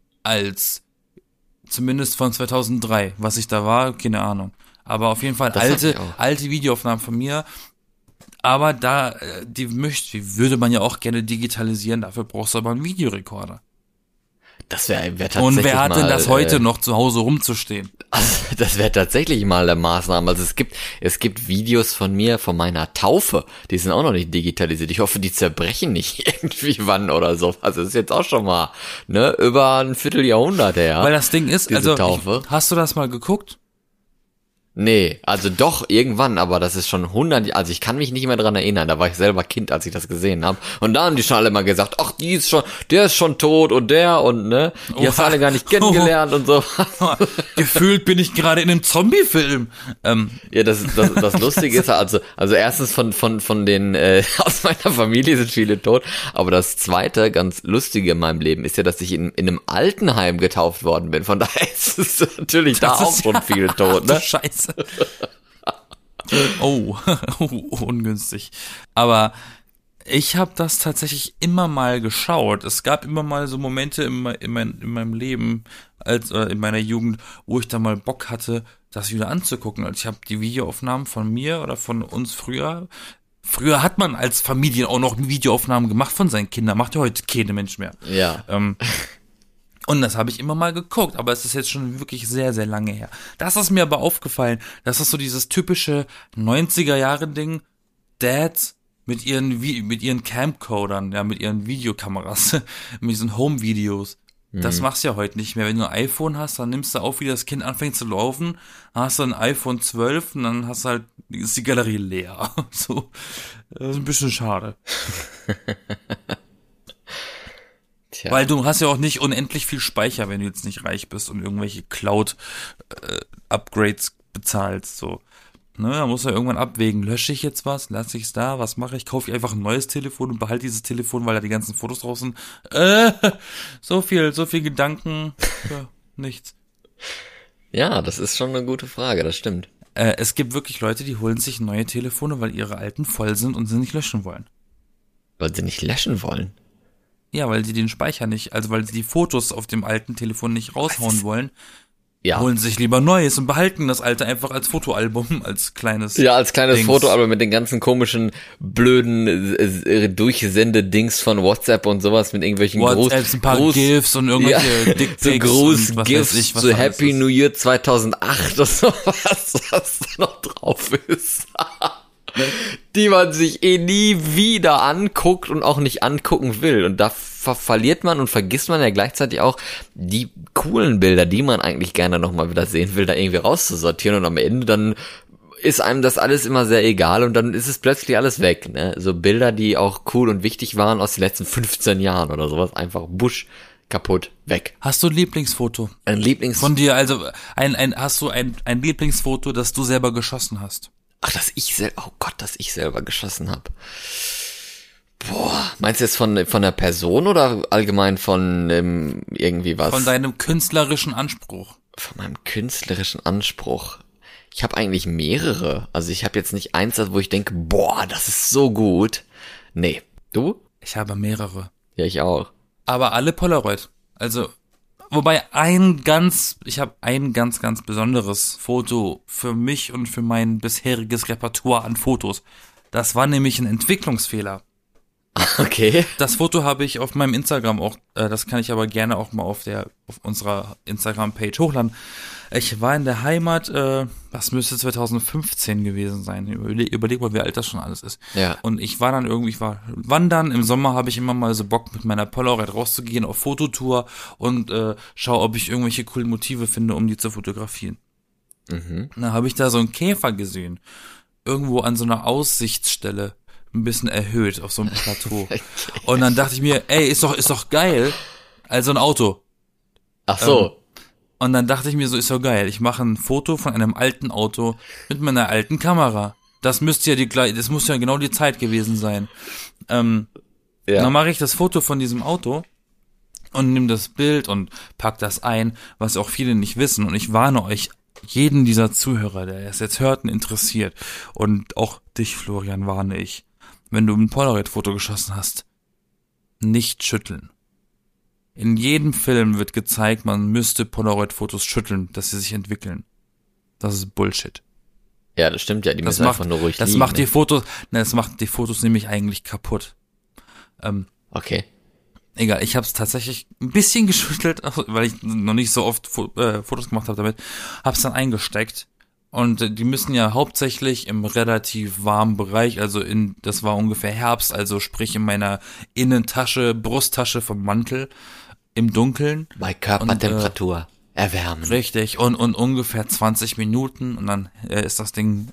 zumindest von 2003. Was ich da war, keine Ahnung. Aber auf jeden Fall alte Videoaufnahmen von mir. Aber die würde man ja auch gerne digitalisieren, dafür brauchst du aber einen Videorekorder. Das wäre tatsächlich und wer hat denn das heute noch zu Hause rumzustehen? Also, das wäre tatsächlich mal eine Maßnahme. Also es gibt Videos von mir, von meiner Taufe, die sind auch noch nicht digitalisiert. Ich hoffe, die zerbrechen nicht irgendwie wann oder so. Also das ist jetzt auch schon mal, ne, über ein Vierteljahrhundert her. Weil das Ding ist, hast du das mal geguckt? Nee, also doch, irgendwann, aber das ist schon 100, also ich kann mich nicht mehr dran erinnern, da war ich selber Kind, als ich das gesehen habe. Und da haben die schon alle mal gesagt, ach, der ist schon tot und ne, die hast du alle gar nicht kennengelernt und so. Gefühlt bin ich gerade in einem Zombie-Film. Ja, das Lustige ist, also erstens von den, aus meiner Familie sind viele tot, aber das zweite, ganz Lustige in meinem Leben ist ja, dass ich in einem Altenheim getauft worden bin, von daher ist es natürlich da auch schon viele tot, ne? Scheiße. Oh, ungünstig. Aber ich habe das tatsächlich immer mal geschaut. Es gab immer mal so Momente in meinem Leben, in meiner Jugend, wo ich da mal Bock hatte, das wieder anzugucken. Also ich habe die Videoaufnahmen von mir oder von uns früher. Früher hat man als Familie auch noch Videoaufnahmen gemacht von seinen Kindern. Macht ja heute keine Mensch mehr. Ja. Und das habe ich immer mal geguckt, aber es ist jetzt schon wirklich sehr, sehr lange her. Das ist mir aber aufgefallen, das ist so dieses typische 90er-Jahre-Ding, Dads mit ihren Camcodern, ja, mit ihren Videokameras, mit diesen Home-Videos. Das machst du ja heute nicht mehr. Wenn du ein iPhone hast, dann nimmst du auf, wie das Kind anfängt zu laufen, dann hast du ein iPhone 12 und dann ist die Galerie leer. So, das ist ein bisschen schade. Tja. Weil du hast ja auch nicht unendlich viel Speicher, wenn du jetzt nicht reich bist und irgendwelche Cloud-Upgrades bezahlst, so. Ne, da musst du ja irgendwann abwägen, lösche ich jetzt was, lasse ich es da, was mache ich, kaufe ich einfach ein neues Telefon und behalte dieses Telefon, weil da die ganzen Fotos drauf sind. So viel Gedanken für nichts. Ja, das ist schon eine gute Frage, das stimmt. Es gibt wirklich Leute, die holen sich neue Telefone, weil ihre alten voll sind und sie nicht löschen wollen. Weil sie nicht löschen wollen? Ja, weil sie den Speicher nicht, also weil sie die Fotos auf dem alten Telefon nicht raushauen wollen. Ja. Holen sich lieber Neues und behalten das alte einfach als Fotoalbum, als kleines Dings. Fotoalbum mit den ganzen komischen, blöden Durchsende-Dings von WhatsApp und sowas mit irgendwelchen ein paar GIFs und irgendwelche Dickpics so Gruß-GIFs zu Happy New Year 2008 oder sowas, was da noch drauf ist. die man sich nie wieder anguckt und auch nicht angucken will. Und da verliert man und vergisst man ja gleichzeitig auch die coolen Bilder, die man eigentlich gerne nochmal wieder sehen will, da irgendwie rauszusortieren. Und am Ende dann ist einem das alles immer sehr egal und dann ist es plötzlich alles weg, ne? So Bilder, die auch cool und wichtig waren aus den letzten 15 Jahren oder sowas, einfach Busch, kaputt, weg. Hast du ein Lieblingsfoto? Von dir, also hast du ein Lieblingsfoto, das du selber geschossen hast? Ach, dass ich selber geschossen habe. Boah, meinst du jetzt von der Person oder allgemein von irgendwie was? Von deinem künstlerischen Anspruch. Von meinem künstlerischen Anspruch. Ich habe eigentlich mehrere. Also ich habe jetzt nicht eins, wo ich denke, boah, das ist so gut. Nee. Du? Ich habe mehrere. Ja, ich auch. Aber alle Polaroid. Also, wobei ich habe ein ganz, ganz besonderes Foto für mich und für mein bisheriges Repertoire an Fotos. Das war nämlich ein Entwicklungsfehler. Okay. Das Foto habe ich auf meinem Instagram auch, das kann ich aber gerne auch mal auf unserer Instagram-Page hochladen. Ich war in der Heimat, das müsste 2015 gewesen sein. Überleg mal, wie alt das schon alles ist. Ja. Und ich war wandern. Im Sommer habe ich immer mal so Bock, mit meiner Polaroid rauszugehen auf Fototour und schau, ob ich irgendwelche coolen Motive finde, um die zu fotografieren. Mhm. Und dann habe ich da so einen Käfer gesehen. Irgendwo an so einer Aussichtsstelle. Ein bisschen erhöht auf so einem Plateau. Okay. Und dann dachte ich mir, ey, ist doch geil. Also ein Auto. Ach so. Und dann dachte ich mir so, ist doch geil. Ich mache ein Foto von einem alten Auto mit meiner alten Kamera. Das muss ja genau die Zeit gewesen sein. Dann mache ich das Foto von diesem Auto und nehme das Bild und pack das ein, was auch viele nicht wissen. Und ich warne euch, jeden dieser Zuhörer, der es jetzt hört und interessiert, und auch dich, Florian, warne ich, wenn du ein Polaroid-Foto geschossen hast, nicht schütteln. In jedem Film wird gezeigt, man müsste Polaroid-Fotos schütteln, dass sie sich entwickeln. Das ist Bullshit. Ja, das stimmt ja, die müssen einfach nur ruhig liegen. Das macht die Fotos nämlich eigentlich kaputt. Okay. Egal, ich habe es tatsächlich ein bisschen geschüttelt, weil ich noch nicht so oft Fotos gemacht habe damit, hab's dann eingesteckt. Und die müssen ja hauptsächlich im relativ warmen Bereich, also das war ungefähr Herbst, also sprich in meiner Innentasche, Brusttasche vom Mantel, im Dunkeln. Bei Körpertemperatur erwärmen. Richtig, und ungefähr 20 Minuten und dann ist das Ding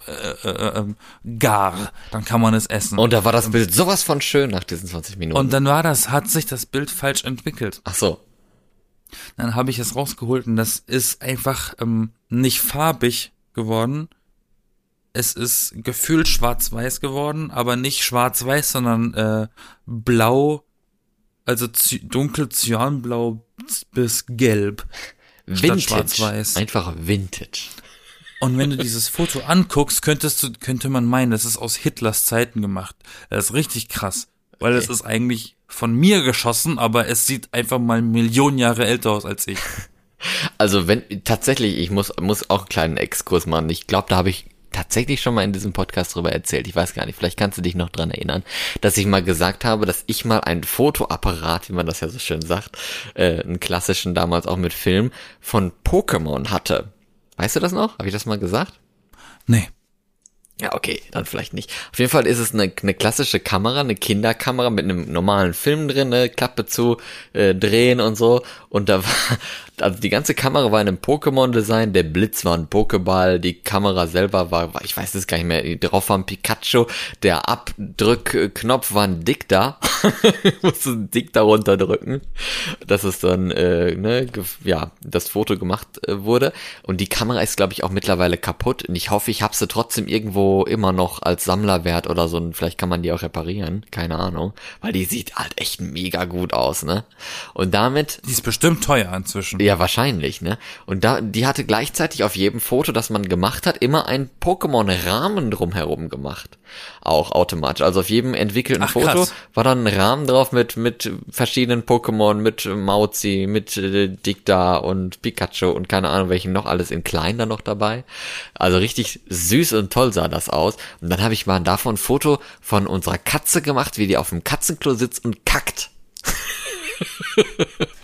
gar, dann kann man es essen. Und da war das Bild sowas von schön nach diesen 20 Minuten. Und dann hat sich das Bild falsch entwickelt. Ach so. Dann habe ich es rausgeholt und das ist einfach nicht farbig geworden. Es ist gefühlt schwarz-weiß geworden, aber nicht schwarz-weiß, sondern blau, also dunkel cyanblau bis gelb. Vintage. Schwarz-weiß. Einfach Vintage. Und wenn du dieses Foto anguckst, könnte man meinen, das ist aus Hitlers Zeiten gemacht. Das ist richtig krass, weil es ist eigentlich von mir geschossen, aber es sieht einfach mal Millionen Jahre älter aus als ich. Also tatsächlich, ich muss auch einen kleinen Exkurs machen. Ich glaube, da habe ich tatsächlich schon mal in diesem Podcast drüber erzählt. Ich weiß gar nicht, vielleicht kannst du dich noch dran erinnern, dass ich mal gesagt habe, dass ich mal einen Fotoapparat, wie man das ja so schön sagt, einen klassischen damals auch mit Film, von Pokémon hatte. Weißt du das noch? Habe ich das mal gesagt? Nee. Ja, okay, dann vielleicht nicht. Auf jeden Fall ist es eine klassische Kamera, eine Kinderkamera mit einem normalen Film drin, ne, Klappe zu, drehen und so. Und da war, also die ganze Kamera war in einem Pokémon-Design, der Blitz war ein Pokéball, die Kamera selber war, ich weiß es gar nicht mehr, drauf war ein Pikachu, der Abdrückknopf war ein Dicta, musste ein Dicta runterdrücken, dass es dann, das Foto gemacht wurde. Und die Kamera ist, glaube ich, auch mittlerweile kaputt und ich hoffe, ich habe sie trotzdem irgendwo immer noch als Sammlerwert oder so, und vielleicht kann man die auch reparieren, keine Ahnung, weil die sieht halt echt mega gut aus, ne? Und damit... Die ist bestimmt teuer inzwischen. Ja, wahrscheinlich, ne? Und die hatte gleichzeitig auf jedem Foto, das man gemacht hat, immer einen Pokémon-Rahmen drumherum gemacht. Auch automatisch. Also auf jedem entwickelten Foto krass. war dann ein Rahmen drauf mit verschiedenen Pokémon, mit Mauzi, mit Dicta und Pikachu und keine Ahnung, welchen noch alles in klein da noch dabei. Also richtig süß und toll sah das aus. Und dann habe ich mal davon ein Foto von unserer Katze gemacht, wie die auf dem Katzenklo sitzt und kackt.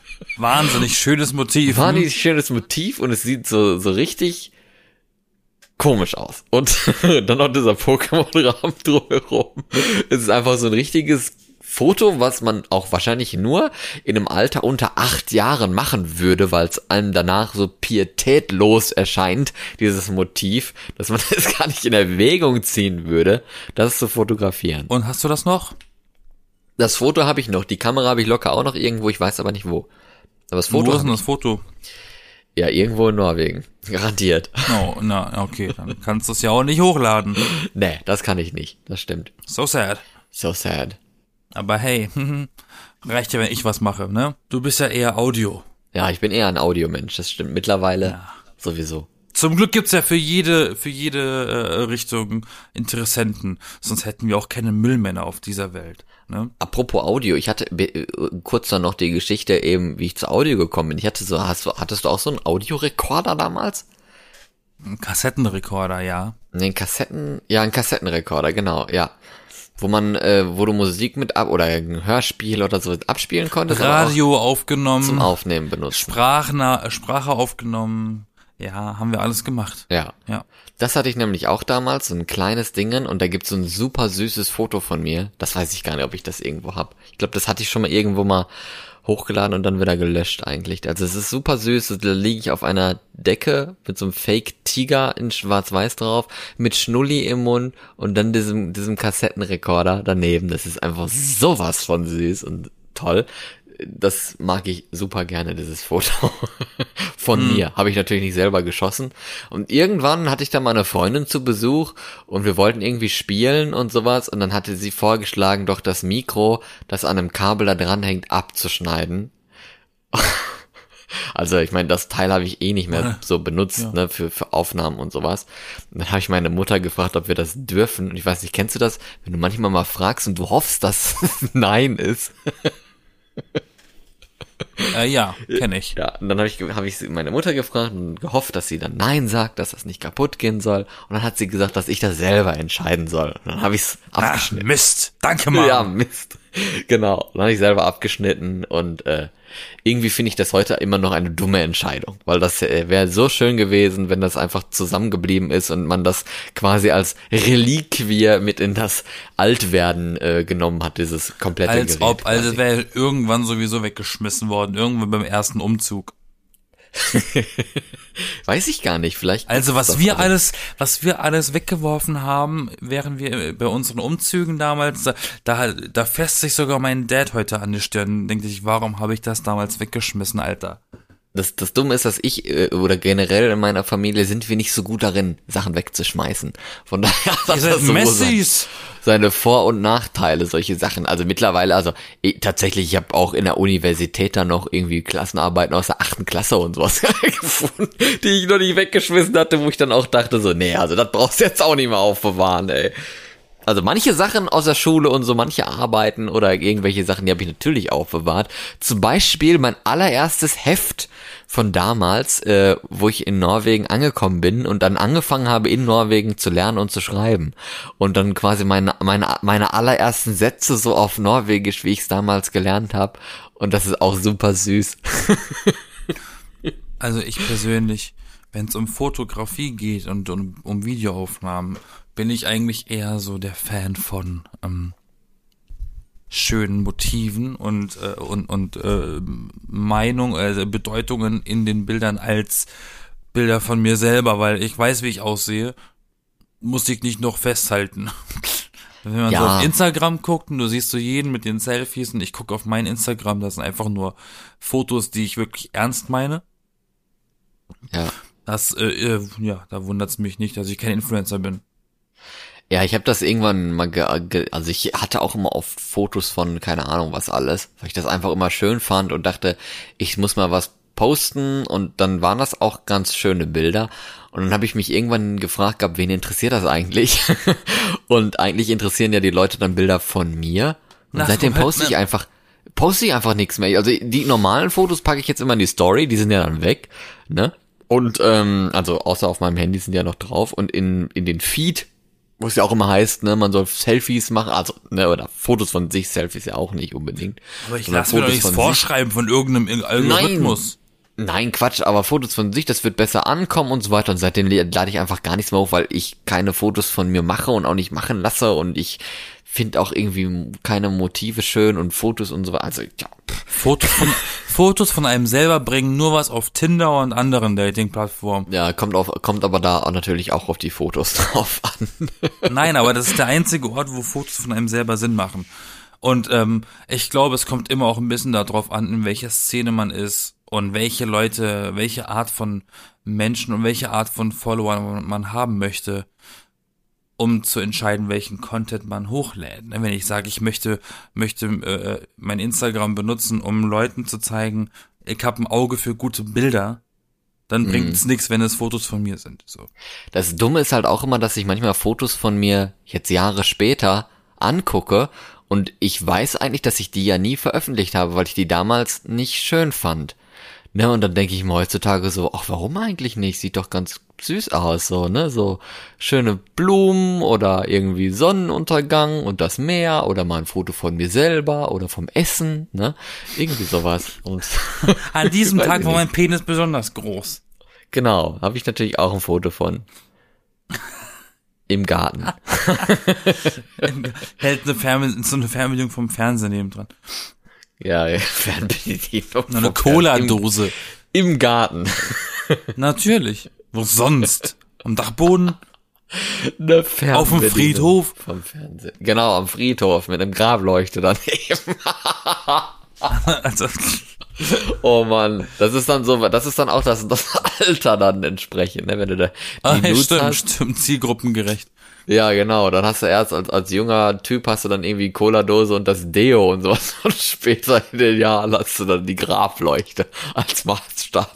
Wahnsinnig schönes Motiv. Wahnsinnig schönes Motiv und es sieht so richtig komisch aus. Und dann noch dieser Pokémon-Rahmen drumherum. Es ist einfach so ein richtiges Foto, was man auch wahrscheinlich nur in einem Alter unter 8 Jahren machen würde, weil es einem danach so pietätlos erscheint, dieses Motiv, dass man das gar nicht in Erwägung ziehen würde, das zu fotografieren. Und hast du das noch? Das Foto habe ich noch, die Kamera habe ich locker auch noch irgendwo, ich weiß aber nicht wo. Aber das Foto. Wo ist denn das Foto? Ja, irgendwo in Norwegen. Garantiert. Oh, na, okay, dann kannst du es ja auch nicht hochladen. Nee, das kann ich nicht. Das stimmt. So sad. So sad. Aber hey, reicht ja, wenn ich was mache, ne? Du bist ja eher Audio. Ja, ich bin eher ein Audiomensch, das stimmt. Mittlerweile sowieso. Zum Glück gibt's ja für jede Richtung Interessenten. Sonst hätten wir auch keine Müllmänner auf dieser Welt. Ne? Apropos Audio, ich hatte kurz dann noch die Geschichte eben, wie ich zu Audio gekommen bin. Ich hatte hattest du auch so einen Audiorekorder damals? Ein Kassettenrekorder, ja. Nee, ein Kassettenrekorder, genau, ja. Wo du Musik mit oder ein Hörspiel oder so abspielen konntest. Radio aufgenommen. Zum Aufnehmen benutzt. Sprache aufgenommen. Ja, haben wir alles gemacht. Ja. Das hatte ich nämlich auch damals, so ein kleines Dingen, und da gibt's so ein super süßes Foto von mir. Das weiß ich gar nicht, ob ich das irgendwo hab. Ich glaube, das hatte ich schon mal irgendwo mal hochgeladen und dann wieder gelöscht eigentlich. Also es ist super süß, da liege ich auf einer Decke mit so einem Fake-Tiger in schwarz-weiß drauf, mit Schnulli im Mund und dann diesem Kassettenrekorder daneben. Das ist einfach sowas von süß und toll. Das mag ich super gerne, dieses Foto von mir. Habe ich natürlich nicht selber geschossen. Und irgendwann hatte ich dann meine Freundin zu Besuch und wir wollten irgendwie spielen und sowas. Und dann hatte sie vorgeschlagen, doch das Mikro, das an einem Kabel da dran hängt, abzuschneiden. Also ich meine, das Teil habe ich eh nicht mehr so benutzt, ne, für Aufnahmen und sowas. Und dann habe ich meine Mutter gefragt, ob wir das dürfen. Und ich weiß nicht, kennst du das? Wenn du manchmal mal fragst und du hoffst, dass Nein ist. Ja, kenne ich. Ja, und dann habe ich meine Mutter gefragt und gehofft, dass sie dann Nein sagt, dass das nicht kaputt gehen soll. Und dann hat sie gesagt, dass ich das selber entscheiden soll. Und dann habe ich es abgeschnitten. Mist, danke Mann. Ja, Mist. Genau, dann habe ich selber abgeschnitten und irgendwie finde ich das heute immer noch eine dumme Entscheidung, weil das wäre so schön gewesen, wenn das einfach zusammengeblieben ist und man das quasi als Reliquie mit in das Altwerden genommen hat, dieses komplette Gerät. Also wäre irgendwann sowieso weggeschmissen worden, irgendwann beim ersten Umzug. Weiß ich gar nicht, vielleicht. Also was wir alles weggeworfen haben, während wir bei unseren Umzügen damals, da fässt sich sogar mein Dad heute an die Stirn, denkt sich, warum habe ich das damals weggeschmissen, Alter? Das Dumme ist, dass ich oder generell in meiner Familie sind wir nicht so gut darin, Sachen wegzuschmeißen. Von daher hat das so seine Vor- und Nachteile, solche Sachen. Also mittlerweile, tatsächlich, ich habe auch in der Universität dann noch irgendwie Klassenarbeiten aus der 8. Klasse und sowas gefunden, die ich noch nicht weggeschmissen hatte, wo ich dann auch dachte so, nee, also das brauchst du jetzt auch nicht mehr aufbewahren, ey. Also manche Sachen aus der Schule und so, manche Arbeiten oder irgendwelche Sachen, die habe ich natürlich aufbewahrt. Zum Beispiel mein allererstes Heft von damals, wo ich in Norwegen angekommen bin und dann angefangen habe, in Norwegen zu lernen und zu schreiben. Und dann quasi meine allerersten Sätze so auf Norwegisch, wie ich es damals gelernt habe. Und das ist auch super süß. Also ich persönlich, wenn es um Fotografie geht und um Videoaufnahmen, bin ich eigentlich eher so der Fan von schönen Motiven und Bedeutungen in den Bildern als Bilder von mir selber, weil ich weiß, wie ich aussehe, muss ich nicht noch festhalten. Wenn man so auf Instagram guckt und du siehst so jeden mit den Selfies und ich gucke auf mein Instagram, das sind einfach nur Fotos, die ich wirklich ernst meine. Ja. Da wundert's mich nicht, dass ich kein Influencer bin. Ja, ich habe das irgendwann mal, also ich hatte auch immer oft Fotos von keine Ahnung was alles, weil ich das einfach immer schön fand und dachte, ich muss mal was posten und dann waren das auch ganz schöne Bilder und dann habe ich mich irgendwann gefragt gehabt, wen interessiert das eigentlich? Und eigentlich interessieren ja die Leute dann Bilder von mir und seitdem poste ich einfach nichts mehr. Also die normalen Fotos packe ich jetzt immer in die Story, die sind ja dann weg, ne? Und also außer auf meinem Handy sind die ja noch drauf und in den Feed, wo es ja auch immer heißt, ne, man soll Selfies machen, also, ne, oder Fotos von sich, Selfies ja auch nicht unbedingt. Aber ich lasse mir doch nichts vorschreiben von irgendeinem Algorithmus. Nein, Quatsch, aber Fotos von sich, das wird besser ankommen und so weiter. Und seitdem lade ich einfach gar nichts mehr hoch, weil ich keine Fotos von mir mache und auch nicht machen lasse. Und ich finde auch irgendwie keine Motive schön und Fotos und so weiter. Also, ja. Fotos von einem selber bringen nur was auf Tinder und anderen Dating-Plattformen. Ja, kommt aber da auch natürlich auch auf die Fotos drauf an. Nein, aber das ist der einzige Ort, wo Fotos von einem selber Sinn machen. Und ich glaube, es kommt immer auch ein bisschen darauf an, in welcher Szene man ist und welche Leute, welche Art von Menschen und welche Art von Followern man haben möchte, um zu entscheiden, welchen Content man hochlädt. Wenn ich sage, ich möchte mein Instagram benutzen, um Leuten zu zeigen, ich habe ein Auge für gute Bilder, dann bringt es nichts, wenn es Fotos von mir sind. So. Das Dumme ist halt auch immer, dass ich manchmal Fotos von mir jetzt Jahre später angucke und ich weiß eigentlich, dass ich die ja nie veröffentlicht habe, weil ich die damals nicht schön fand. Ne, und dann denke ich mir heutzutage so, ach, warum eigentlich nicht? Sieht doch ganz süß aus, so, ne? So schöne Blumen oder irgendwie Sonnenuntergang und das Meer oder mal ein Foto von mir selber oder vom Essen, ne? Irgendwie sowas. Und an diesem Tag war mein Penis besonders groß. Genau, habe ich natürlich auch ein Foto von. Im Garten. Hält so eine Fernbedienung vom Fernseher nebendran. Ja, Fernbedienung. Eine Cola-Dose. Im Garten. Natürlich. Wo sonst? Am Dachboden? Eine Fernbedienung. Auf dem Friedhof? Vom Fernsehen. Genau, am Friedhof mit einem Grableuchte daneben. Also, oh Mann, das ist dann auch das Alter dann entsprechend, ne, wenn du da die Nudes hast. Stimmt, zielgruppengerecht. Ja, genau, dann hast du erst als junger Typ hast du dann irgendwie Cola-Dose und das Deo und sowas und später in den Jahren hast du dann die Grableuchte als Maßstab.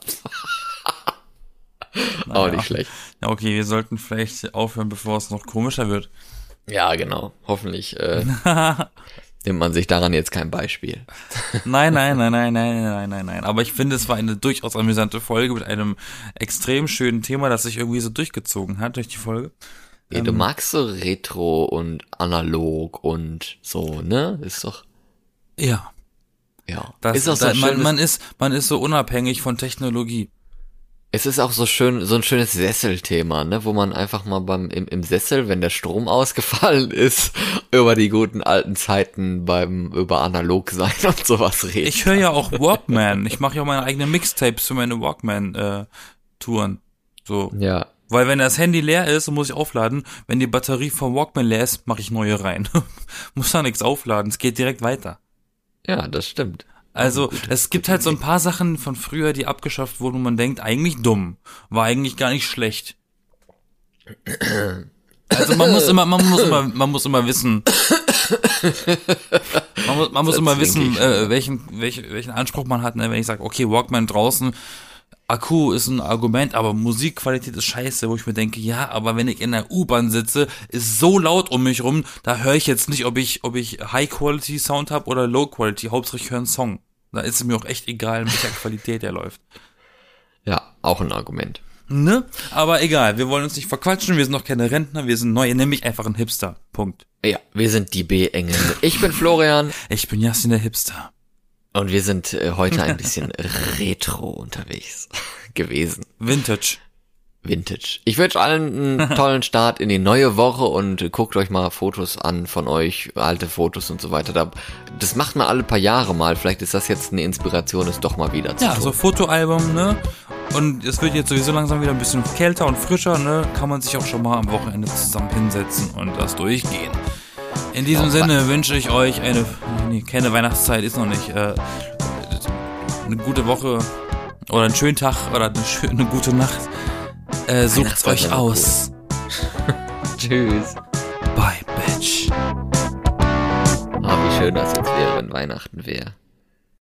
Naja. Auch nicht schlecht. Ja, okay, wir sollten vielleicht aufhören, bevor es noch komischer wird. Ja, genau, hoffentlich nimmt man sich daran jetzt kein Beispiel. Nein. Aber ich finde, es war eine durchaus amüsante Folge mit einem extrem schönen Thema, das sich irgendwie so durchgezogen hat durch die Folge. Ja, du magst so Retro und analog und so, ne? Ist doch. Ja. Ja. Das ist auch so man ist so unabhängig von Technologie. Es ist auch so schön, so ein schönes Sesselthema, ne, wo man einfach mal im Sessel, wenn der Strom ausgefallen ist, über die guten alten Zeiten über analog sein und sowas reden. Ich höre ja auch Walkman. Ich mache ja auch meine eigenen Mixtapes für meine Walkman-Touren. So. Ja. Weil wenn das Handy leer ist, muss ich aufladen. Wenn die Batterie vom Walkman leer ist, mache ich neue rein. Muss da nichts aufladen. Es geht direkt weiter. Ja, das stimmt. Also, es gibt halt so ein paar Sachen von früher, die abgeschafft wurden, wo man denkt, eigentlich dumm. War eigentlich gar nicht schlecht. Also, man muss immer wissen, man muss immer wissen, welchen Anspruch man hat, ne? Wenn ich sage, okay, Walkman draußen, Akku ist ein Argument, aber Musikqualität ist scheiße, wo ich mir denke, ja, aber wenn ich in der U-Bahn sitze, ist so laut um mich rum, da höre ich jetzt nicht, ob ich High-Quality-Sound habe oder Low-Quality, Hauptsache ich höre einen Song. Da ist es mir auch echt egal, in welcher Qualität der läuft. Ja, auch ein Argument. Ne? Aber egal, wir wollen uns nicht verquatschen, wir sind noch keine Rentner, wir sind neu, nämlich einfach ein Hipster. Punkt. Ja, wir sind die B-Engel. Ich bin Florian. Ich bin Yassin, der Hipster. Und wir sind heute ein bisschen retro unterwegs gewesen. Vintage. Ich wünsche allen einen tollen Start in die neue Woche und guckt euch mal Fotos an von euch, alte Fotos und so weiter. Das macht man alle paar Jahre mal. Vielleicht ist das jetzt eine Inspiration, es doch mal wieder zu tun. Ja, so Fotoalbum, ne? Und es wird jetzt sowieso langsam wieder ein bisschen kälter und frischer, ne? Kann man sich auch schon mal am Wochenende zusammen hinsetzen und das durchgehen. In diesem Sinne wünsche ich euch keine Weihnachtszeit, ist noch nicht, eine gute Woche oder einen schönen Tag oder eine gute Nacht. Sucht's euch aus. Tschüss. Bye, Bitch. Wie schön das jetzt wäre, wenn Weihnachten wäre.